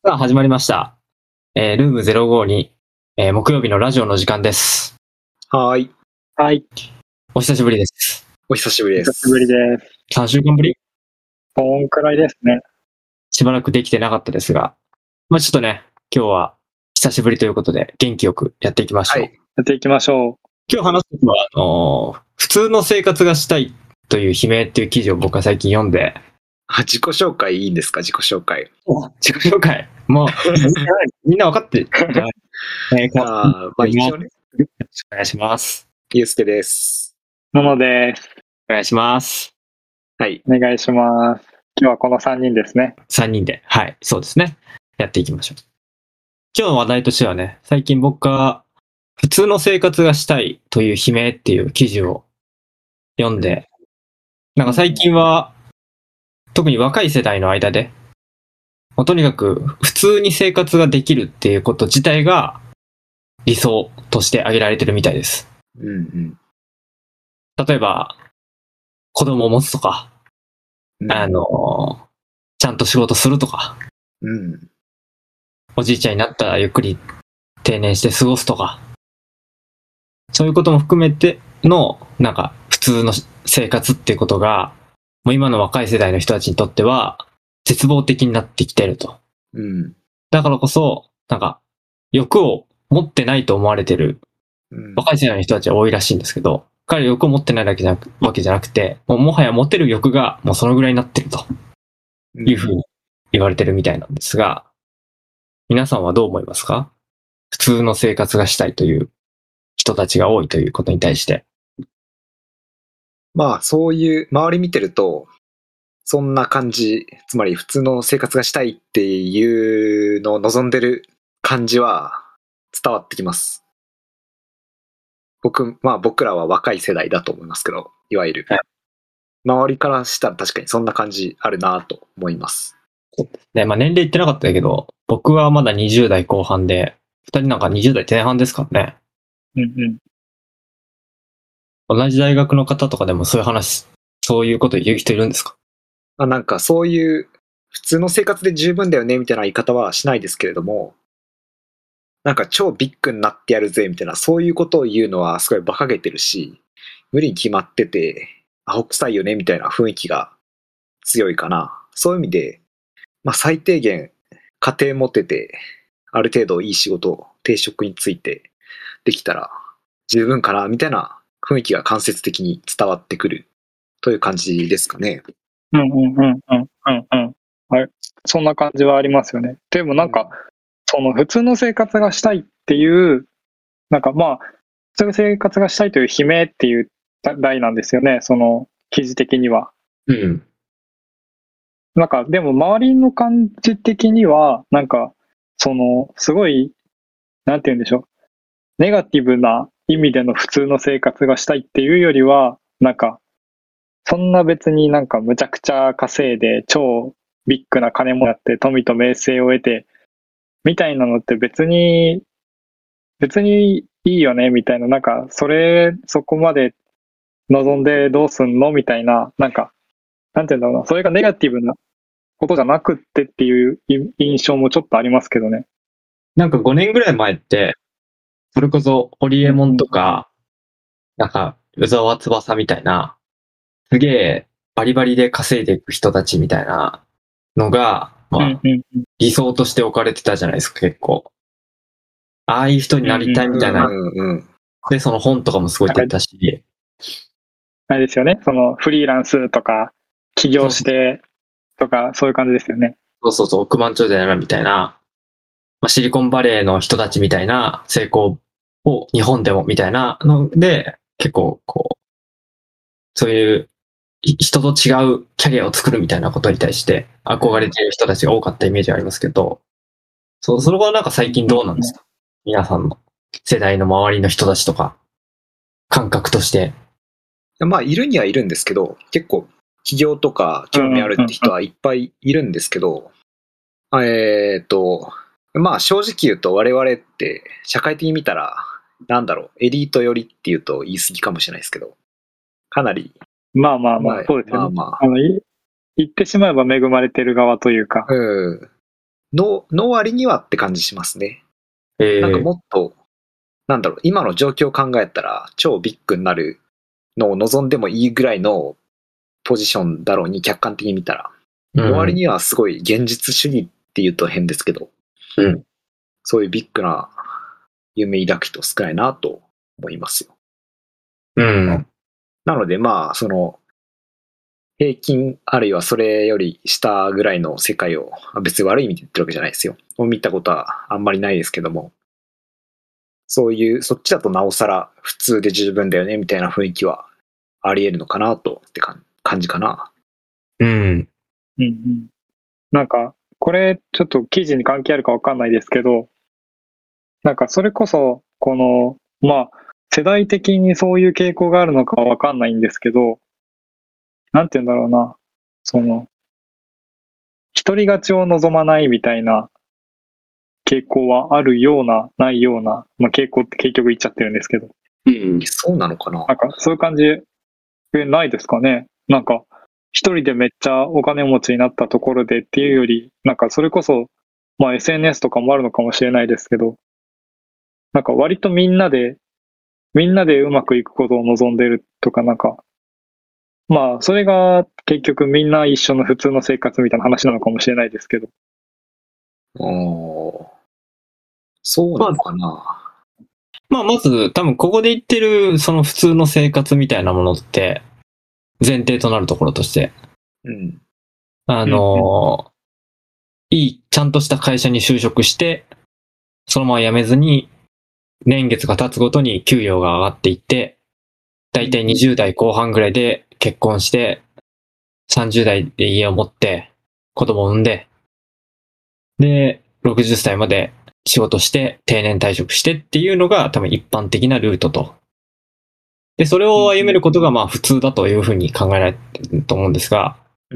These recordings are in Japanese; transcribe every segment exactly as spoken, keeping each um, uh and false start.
さあ始まりました。えー、ルームゼロごに、えー、木曜日のラジオの時間です。 はーい。 はい。 お久しぶりです。 お久しぶりです。 久しぶりです。 さんしゅうかんぶりこんくらいですね。 しばらくできてなかったですが、まあちょっとね、今日は久しぶりということで元気よくやっていきましょう。 はい。 やっていきましょ今日話すことは、あのー普通の生活がしたいという悲鳴っていう記事を僕は最近読んで、 あ、自己紹介いいんですか？自己紹介。 自己紹介、もうみんな分かってるじゃない。えー、 あーまあ一応ね。 よろしくお願いします。 ゆうすけです。 う。ものです。 お願いします。 はい。 お願いします。今日はこのさんにんですね。 さんにんで、はい、そうですね。やっていきましょう。今日の話題としてはね、最近僕が普通の生活がしたいという悲鳴っていう記事を読んで、なんか最近は特に若い世代の間で、もうとにかく普通に生活ができるっていうこと自体が理想として挙げられてるみたいです。 うんうん。 例えば、子供を持つとか、 うんあの、ちゃんと仕事するとか、 うん。 おじいちゃんになったらゆっくり定年して過ごすとか、そういうことも含めての、なんか普通の生活っていうことが、もう今の若い世代の人たちにとっては絶望的になってきてると。 うん。 だからこそ、なんか欲を持ってないと思われてるうん。 若い世代の人たちは多いらしいんですけど、彼は欲を持ってないだけじゃなくわけじゃなくて、もうもはや持てる欲がもうそのぐらいになってるというふうに言われてるみたいなんですが、皆さんはどう思いますか？普通の生活がしたいという人たちが多いということに対して。 まあそういう周り見てると、そんな感じ、つまり普通の生活がしたいっていうのを望んでる感じは伝わってきます。僕、まあ僕らは若い世代だと思いますけど、いわゆる。 はい周りからしたら確かにそんな感じあるなと思います。 ね、まあ年齢言ってなかったけど、僕はまだにじゅう代後半で、二人なんかにじゅう代前半ですからね。 うんうん。 同じ大学の方とかでもそういう話、そういうこと言う人いるんですか？ あ、なんかそういう普通の生活で十分だよねみたいな言い方はしないですけれども、なんか超ビッグになってやるぜみたいなそういうことを言うのはすごい馬鹿げてるし、無理に決まっててアホ臭いよねみたいな雰囲気が強いかな。そういう意味で、まあ最低限家庭持ててある程度いい仕事定職についてできたら十分かなみたいな雰囲気が間接的に伝わってくるという感じですかね。 うんうんうんうんうんうん。はい。そんな感じはありますよね。でもなんか、その普通の生活がしたいっていう、なんかまあ、普通の生活がしたいという悲鳴っていう題なんですよね。その記事的には。 うん。 なんか、でも周りの感じ的には、なんか、その、すごい、なんて言うんでしょう。ネガティブな意味での普通の生活がしたいっていうよりは、なんか、そんな別になんかむちゃくちゃ稼いで超ビッグな金もやって富と名声を得て、みたいなのって別に、別にいいよねみたいな、なんか、それ、そこまで望んでどうすんのみたいな、なんか、なんて言うんだろうな、それがネガティブなことじゃなくってっていう印象もちょっとありますけどね。 なんかごねんぐらい前って、それこそホリエモンとか、なんか、宇沢翼みたいな、すげえバリバリで稼いでいく人たちみたいなのが、まあ、 うんうんうん理想として置かれてたじゃないですか、結構。ああいう人になりたいみたいな。 うんうんうん。 で、その本とかもすごい出たし、 あれですよね。そのフリーランスとか、起業してとか、そういう感じですよね。 そうそうそう、億万長者やなみたいな、まあ、シリコンバレーの人たちみたいな成功を日本でもみたいなので、結構こう、そういうい人と違うキャリアを作るみたいなことに対して憧れている人たちが多かったイメージがありますけど、そう、それはなんか最近どうなんですか？皆さんの世代の周りの人たちとか、感覚として。 まあいるにはいるんですけど、結構起業とか興味あるって人はいっぱいいるんですけど、えーっとまあ正直言うと我々って社会的に見たらなんだろうエリート寄りっていうと言い過ぎかもしれないですけど、かなりまあまあまあ、 まあそうですよね。 まあまああのい言ってしまえば恵まれてる側というか。 うんの、の割にはって感じしますね。 えー、 なんかもっと、なんだろう、今の状況を考えたら、超ビッグになるのを望んでもいいぐらいのポジションだろうに、客観的に見たら。の割にはすごい現実主義って言うと変ですけど、 うん、 そういうビッグな夢抱く人少ないなと思いますよ。 うん。 なのでまあ、その、平均あるいはそれより下ぐらいの世界を、別に悪い意味で言ってるわけじゃないですよ。を見たことはあんまりないですけども、そういう、そっちだとなおさら普通で十分だよねみたいな雰囲気はあり得るのかなとって感じかな。 うん。 うんうん。なんか、これちょっと記事に関係あるかわかんないですけど、なんかそれこそ、この、まあ、世代的にそういう傾向があるのかわかんないんですけど、なんて言うんだろうな、その、一人勝ちを望まないみたいな傾向はあるような、ないような、まあ傾向って結局言っちゃってるんですけど。 うん。 そうなのかな。 なんかそういう感じ、え、ないですかね。なんか、一人でめっちゃお金持ちになったところでっていうより、なんかそれこそ、まあ エスエヌエス とかもあるのかもしれないですけど、なんか割とみんなで、みんなでうまくいくことを望んでるとかなんか、まあそれが結局みんな一緒の普通の生活みたいな話なのかもしれないですけど。 おー、そうなのかな。 まあ、まず、多分ここで言ってる、その普通の生活みたいなものって、前提となるところとして、 うん。 あの、いい、ちゃんとした会社に就職して、そのまま辞めずに、年月が経つごとに給与が上がっていって、だいたいにじゅう代後半ぐらいで結婚して、さんじゅう代で家を持って、子供を産んで、で、ろくじゅっさいまで仕事して定年退職してっていうのが多分一般的なルートと。で、それを歩めることがまあ普通だというふうに考えられてると思うんですが、 うん。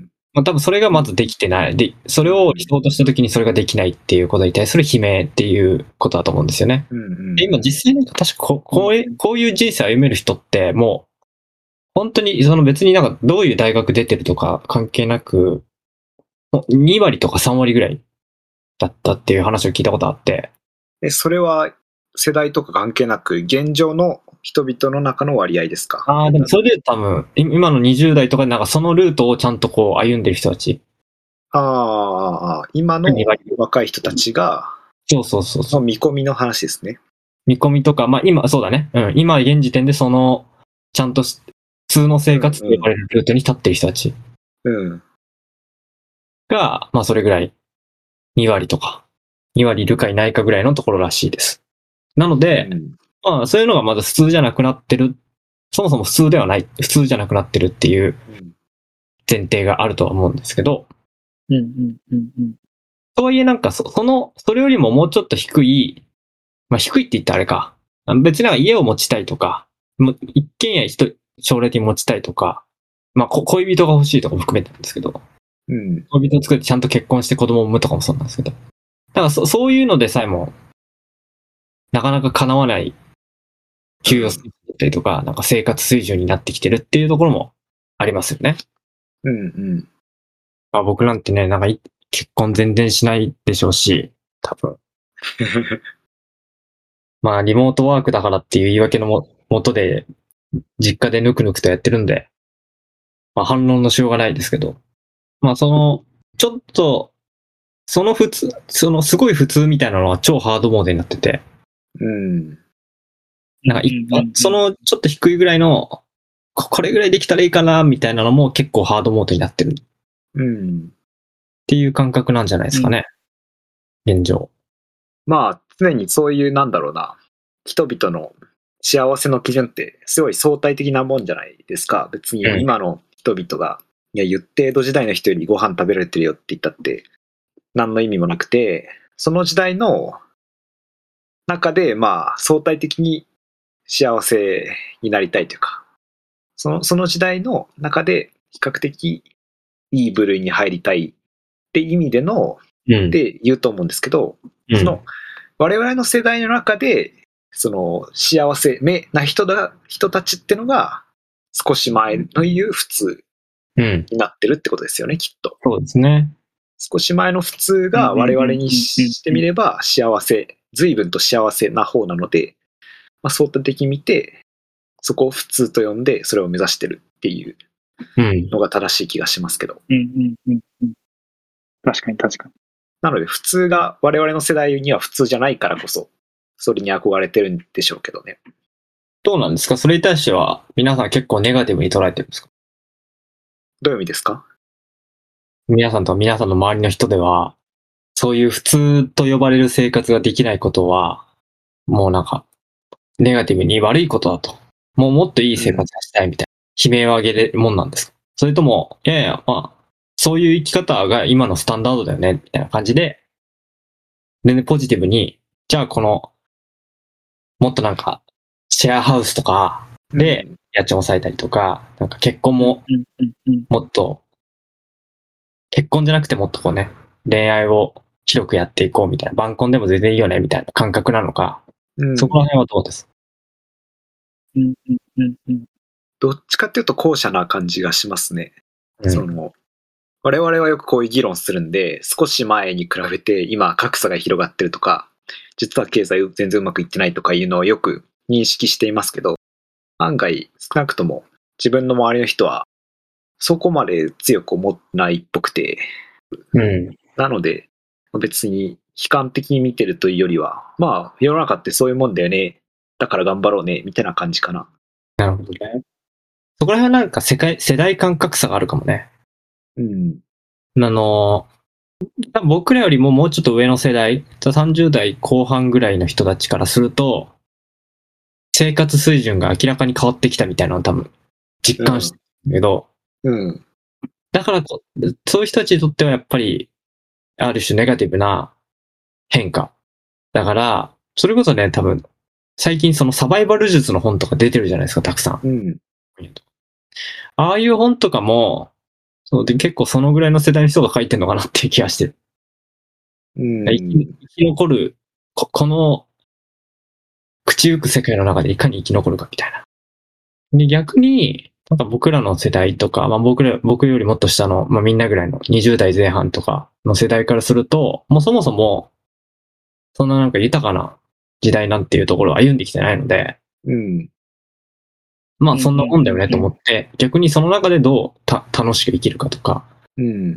まあ多分それがまずできてない。で、それを理想とした時にそれができないっていうことに対する悲鳴っていうことだと思うんですよね。 うんうん、 で今実際に確かここういう、こういう人生を歩める人ってもう、本当にその別になんかどういう大学出てるとか関係なく、に割とかさん割ぐらいだったっていう話を聞いたことあって。 え、それは世代とか関係なく、現状の人々の中の割合ですか？ ああ、でもそれで多分、今のにじゅう代とかでなんかそのルートをちゃんとこう歩んでる人たち。 ああ、今の若い人たちが、 そうそうそうそう。 の見込みの話ですね。 見込みとか、まあ今、そうだね。うん。今現時点でその、ちゃんと普通の生活と呼ばれるルートに立ってる人たち。 うん。 が、まあそれぐらい、に割とか、に割いるかいないかぐらいのところらしいです。なので、 うん、 まあそういうのがまだ普通じゃなくなってる。そもそも普通ではない、普通じゃなくなってるっていう前提があるとは思うんですけど、 うんうんうんうん。 とはいえなんかそ、その、それよりももうちょっと低い、まあ低いって言ったらあれか。別になんか家を持ちたいとか、も一軒家一将来的に持ちたいとか、まあ恋人が欲しいとかも含めてなんですけど、 うん、 恋人を作ってちゃんと結婚して子供を産むとかもそうなんですけど、だからそそういうのでさえも、なかなか叶わない給与水準だったりとか、なんか生活水準になってきてるっていうところもありますよね。 うんうんまあ、僕なんてね、なんか結婚全然しないでしょうし、多分。まあ、リモートワークだからっていう言い訳のももとで、実家でぬくぬくとやってるんで、まあ、反論のしようがないですけど、まあ、その、ちょっと、その普通、そのすごい普通みたいなのは超ハードモードになってて、 うん。 なんかい、 うんうんうんそのちょっと低いぐらいの、ここれぐらいできたらいいかな、みたいなのも結構ハードモードになってるっうん。 ていう感覚なんじゃないですかね。現状。 まあ、常にそういう、なんだろうな、人々の幸せの基準ってすごい相対的なもんじゃないですか。別に今の人々が、いや、言って江戸時代の人よりご飯食べられてるよって言ったって、何の意味もなくて、その時代の中で、まあ、相対的に幸せになりたいというか、その、その時代の中で比較的いい部類に入りたいって意味での、 うん。 って言うと思うんですけど、 うん、 その、我々の世代の中で、その、幸せめな人だ、人たちってのが、少し前の言う普通うん。 になってるってことですよね、きっと。 そうですね。 少し前の普通が我々にしてみれば幸せ、随分と幸せな方なので、まあ、相対的に見て、そこを普通と呼んで、それを目指してるっていうのが正しい気がしますけど。 うんうんうんうん、確かに確かに。 なので、普通が我々の世代には普通じゃないからこそ、それに憧れてるんでしょうけどね。 どうなんですか？それに対しては、皆さん結構ネガティブに捉えてるんですか？ どういう意味ですか？ 皆さんと皆さんの周りの人では、そういう普通と呼ばれる生活ができないことは、もうなんか、ネガティブに悪いことだと。もうもっといい生活がしたいみたいな、悲鳴を上げるもんなんですか？それとも、いやいや、まあ、そういう生き方が今のスタンダードだよね、みたいな感じで、全然ポジティブに、じゃあこの、もっとなんか、シェアハウスとかで家賃を抑えたりとか、なんか結婚ももっと、結婚じゃなくてもっとこうね、恋愛を広くやっていこうみたいな、晩婚でも全然いいよねみたいな感覚なのか、うん、そこら辺はどうです？ うんうんうんうん、 どっちかっていうと後者な感じがしますね。うん、その我々はよくこういう議論するんで、少し前に比べて今格差が広がってるとか、実は経済全然うまくいってないとかいうのをよく認識していますけど、案外少なくとも自分の周りの人はそこまで強く思ってないっぽくて、 うん、 なので別に悲観的に見てるというよりは、まあ世の中ってそういうもんだよね、だから頑張ろうねみたいな感じかな。 なるほどね。そこら辺はなんか世界世代間格差があるかもね。 うん。 あの僕らよりももうちょっと上の世代、さんじゅう代後半ぐらいの人たちからすると、生活水準が明らかに変わってきたみたいなのを多分実感してるけど、 うんうん、 だからこそういう人たちにとってはやっぱりある種ネガティブな変化だから、それこそね、多分最近そのサバイバル術の本とか出てるじゃないですか、たくさん。 うん、 ああいう本とかもそうで結構そのぐらいの世代の人が書いてるのかなっていう気がしてる。 うん、 生き、生き残るこ、この口ゆく世界の中でいかに生き残るかみたいな。で、逆に、なんか僕らの世代とか、まあ僕ら、僕よりもっと下の、まあみんなぐらいのにじゅう代前半とかの世代からすると、もうそもそも、そんななんか豊かな時代なんていうところを歩んできてないので、 うん、 まあそんなもんだよねと思って、逆にその中でどうた楽しく生きるかとか、 うん、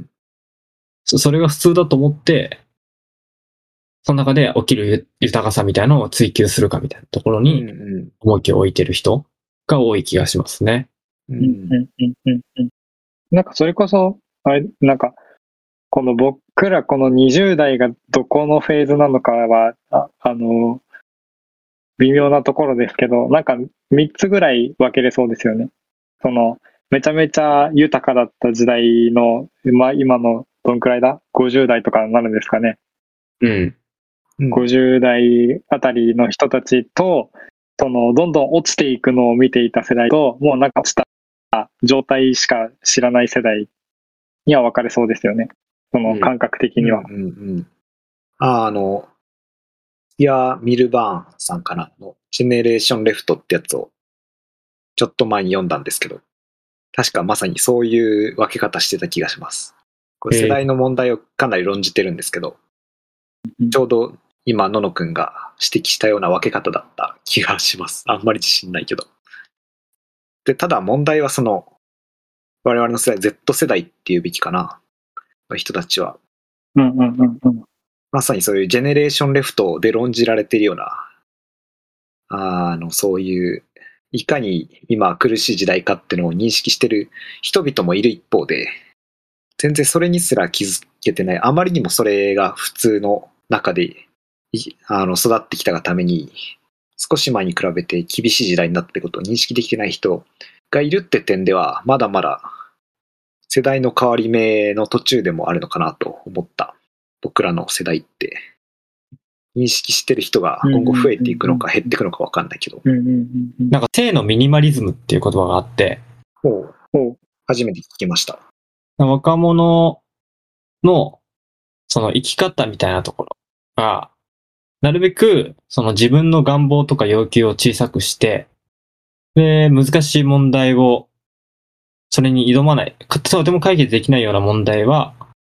そ、それが普通だと思って、その中で起きる豊かさみたいなのを追求するかみたいなところに重きを置いてる人が多い気がしますね。 うんうんうんうんうん、なんかそれこそ、あれ、なんか、この僕らこのにじゅう代がどこのフェーズなのかは、あ、あの、微妙なところですけど、なんかみっつぐらい分けれそうですよね。その、めちゃめちゃ豊かだった時代の、まあ今のどんくらいだ ?ごじゅう 代とかになるんですかね。 うん。 ごじゅう代あたりの人たちと、その、どんどん落ちていくのを見ていた世代と、もうなんか落ちた状態しか知らない世代には分かれそうですよね。その感覚的には。 うんうんうん、あ、あの、いや、ミルバーンさんかなの、ジェネレーションレフトってやつを、ちょっと前に読んだんですけど、確かまさにそういう分け方してた気がします。これ世代の問題をかなり論じてるんですけど、ちょうど今、ののくんが指摘したような分け方だった気がします。あんまり自信ないけど。で、ただ問題はその、我々の世代、Z 世代っていうべきかな、の人たちは、 うんうんうんうん、 まさにそういうジェネレーションレフトで論じられているような、あの、そういう、いかに今苦しい時代かっていうのを認識してる人々もいる一方で、全然それにすら気づけてない、あまりにもそれが普通の中であの育ってきたがために、少し前に比べて厳しい時代になっていることを認識できてない人がいるって点では、まだまだ世代の変わり目の途中でもあるのかなと思った。僕らの世代って認識してる人が今後増えていくのか減っていくのか分かんないけど、 なんか性のミニマリズムっていう言葉があって、 ほうほう初めて聞きました。 若者のその生き方みたいなところが、なるべくその自分の願望とか要求を小さくして、で、難しい問題をそれに挑まない、とても解決できないような問題は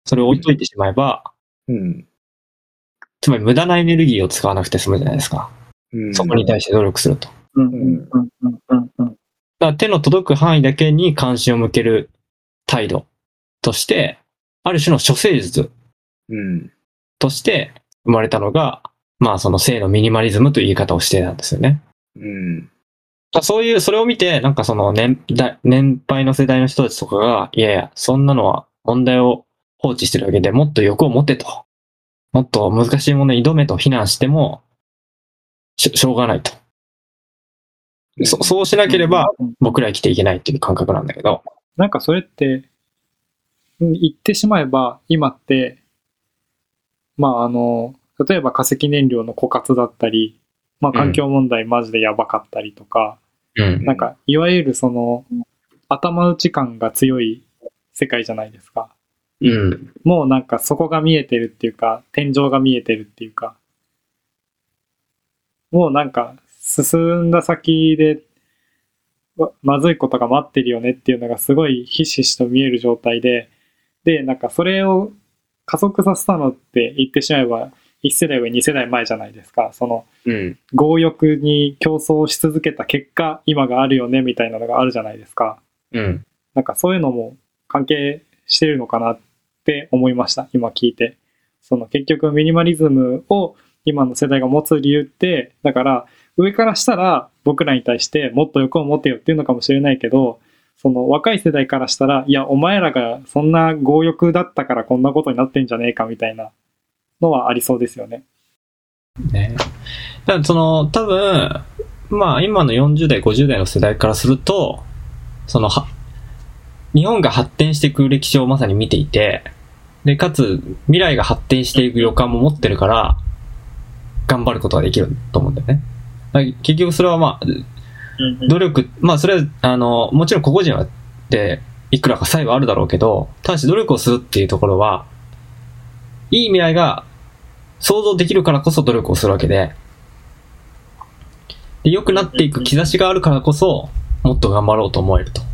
それを置いといてしまえば、 うん。 つまり無駄なエネルギーを使わなくて済むじゃないですか。 うん。 そこに対して努力すると。 うんうんうんうんうんうん。 だから手の届く範囲だけに関心を向ける態度として、ある種の処世術うん。 として生まれたのが、まあその性のミニマリズムという言い方をしてたんですよね。 うん。 そういう、それを見て、なんかその年代、年配の世代の人たちとかが、いやいや、そんなのは問題を放置してるわけで、もっと欲を持てと。もっと難しいものに挑めと非難しても、ししょうがないと。そそうしなければ、僕ら生きていけないっていう感覚なんだけど。 なんかそれって、うん言ってしまえば、今って、まああの、例えば化石燃料の枯渇だったり、まあ環境問題マジでやばかったりとか、 うん。 なんかいわゆるその、頭打ち感が強い世界じゃないですか。 うん。 もうなんかそこが見えてるっていうか、天井が見えてるっていうか、もうなんか進んだ先で、わまずいことが待ってるよねっていうのがすごいひしひしと見える状態で、で、なんかそれを加速させたのって言ってしまえば、いち世代上に世代前じゃないですか。その、 うん。 強欲に競争し続けた結果、今があるよねみたいなのがあるじゃないですか。 うん。 なんかそういうのも関係してるのかなって思いました、今聞いて。その結局ミニマリズムを今の世代が持つ理由って、だから上からしたら僕らに対してもっと欲を持てよっていうのかもしれないけど、その若い世代からしたら、いやお前らがそんな強欲だったからこんなことになってんじゃねえかみたいなのはありそうですよね。 ね。だからその、多分、まあ今のよんじゅう代、ごじゅう代の世代からすると、そのは、日本が発展していく歴史をまさに見ていて、で、かつ未来が発展していく予感も持ってるから、頑張ることができると思うんだよね。だから結局それはまあ、努力、まあそれは、あの、もちろん個々人は、で、いくらか差異はあるだろうけど、ただし努力をするっていうところは、いい未来が想像できるからこそ努力をするわけで、で良くなっていく兆しがあるからこそ、もっと頑張ろうと思えると。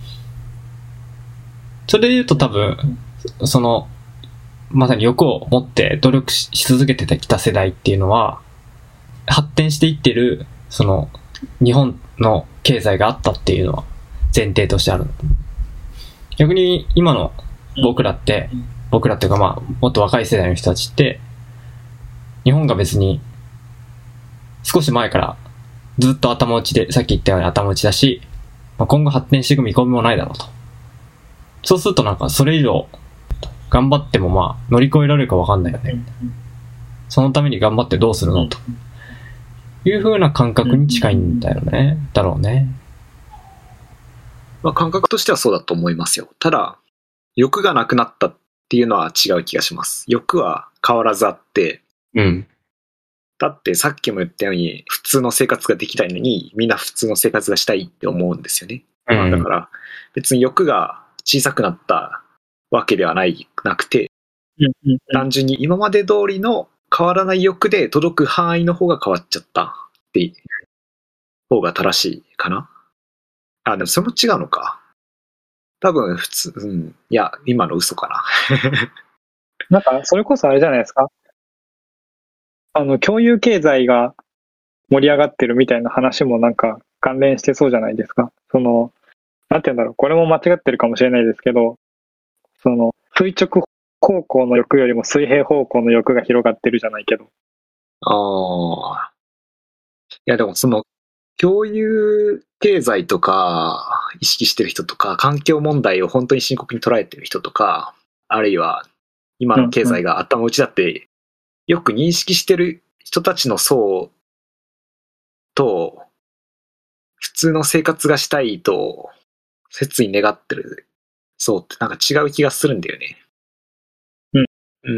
それで言うと多分、その、まさに欲を持って努力し続けてきた世代っていうのは、発展していってる、その、日本の経済があったっていうのは前提としてある。逆に今の僕らって、僕らっていうかまあ、もっと若い世代の人たちって、日本が別に少し前からずっと頭打ちで、さっき言ったように頭打ちだし、まあ、今後発展していく見込みもないだろうと。そうするとなんかそれ以上頑張ってもまあ乗り越えられるかわかんないよね。そのために頑張ってどうするのという風な感覚に近いんだよね。だろうね。 まあ感覚としてはそうだと思いますよ。ただ、欲がなくなったっていうのは違う気がします。欲は変わらずあって、 うん。 だってさっきも言ったように普通の生活ができないのにみんな普通の生活がしたいって思うんですよね。 うんまあ、だから別に欲が小さくなったわけではないなくて、単純に今まで通りの変わらない欲で届く範囲の方が変わっちゃったって方が正しいかな。あ、でもそれも違うのか。多分普通、うん、いや今の嘘かな。 なんかそれこそあれじゃないですか。あの共有経済が盛り上がってるみたいな話もなんか関連してそうじゃないですか。そのなんて言うんだろう、これも間違ってるかもしれないですけど、その垂直方向の欲よりも水平方向の欲が広がってるじゃないけど。 ああ。いやでもその共有経済とか意識してる人とか、環境問題を本当に深刻に捉えてる人とか、あるいは今の経済が頭打ちだってよく認識してる人たちの層と、普通の生活がしたいと切に願ってる層ってなんか違う気がするんだよね。 うん。 うん。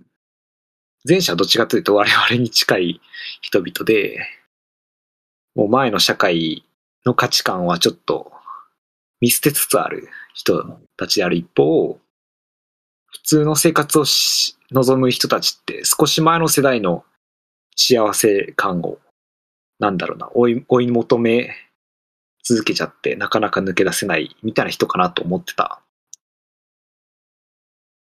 前者はどっちかというと我々に近い人々で、もう前の社会の価値観はちょっと見捨てつつある人たちである一方、普通の生活をし望む人たちって少し前の世代の幸せ感をなんだろうな追い、追い求め続けちゃってなかなか抜け出せないみたいな人かなと思ってた。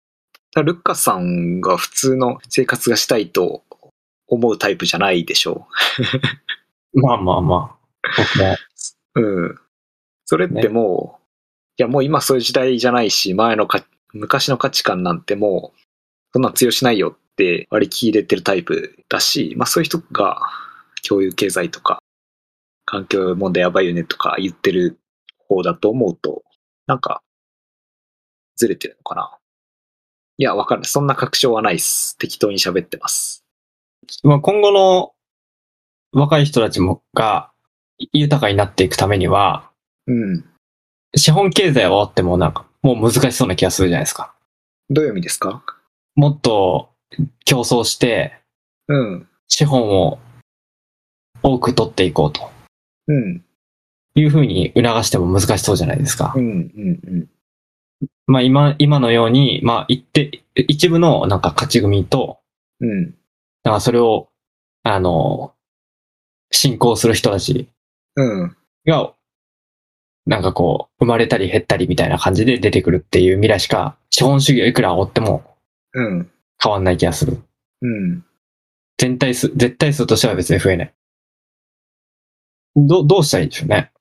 だルッカさんが普通の生活がしたいと思うタイプじゃないでしょまあまあまあ。僕も。 う。うん。それってもう、ね、いやもう今そういう時代じゃないし、前のか、昔の価値観なんてもう、そんな通用しないよって割り切れてるタイプだし、まあそういう人が共有経済とか、環境問題やばいよねとか言ってる方だと思うと、なんか、ずれてるのかな。いや、わかんない。そんな確証はないです。適当に喋ってます。 まあ、今後の若い人たちもが豊かになっていくためには、 うん。 資本経済は終わってもなんか、もう難しそうな気がするじゃないですか。 どういう意味ですか？ もっと競争して、 うん。 資本を多く取っていこうと。 うん。 いうふうに促しても難しそうじゃないですか。 うん、うん、うん。 まあ今、今のように、まあ一定、一部のなんか勝ち組と、 うん。 なんかそれを、あの、信仰する人たちうん。 が、なんかこう、生まれたり減ったりみたいな感じで出てくるっていう未来しか、資本主義をいくら煽っても、 うん。 変わんない気がする。 うん。 全体数、絶対数としては別に増えない。ど、どうしたらいいんでしょうね。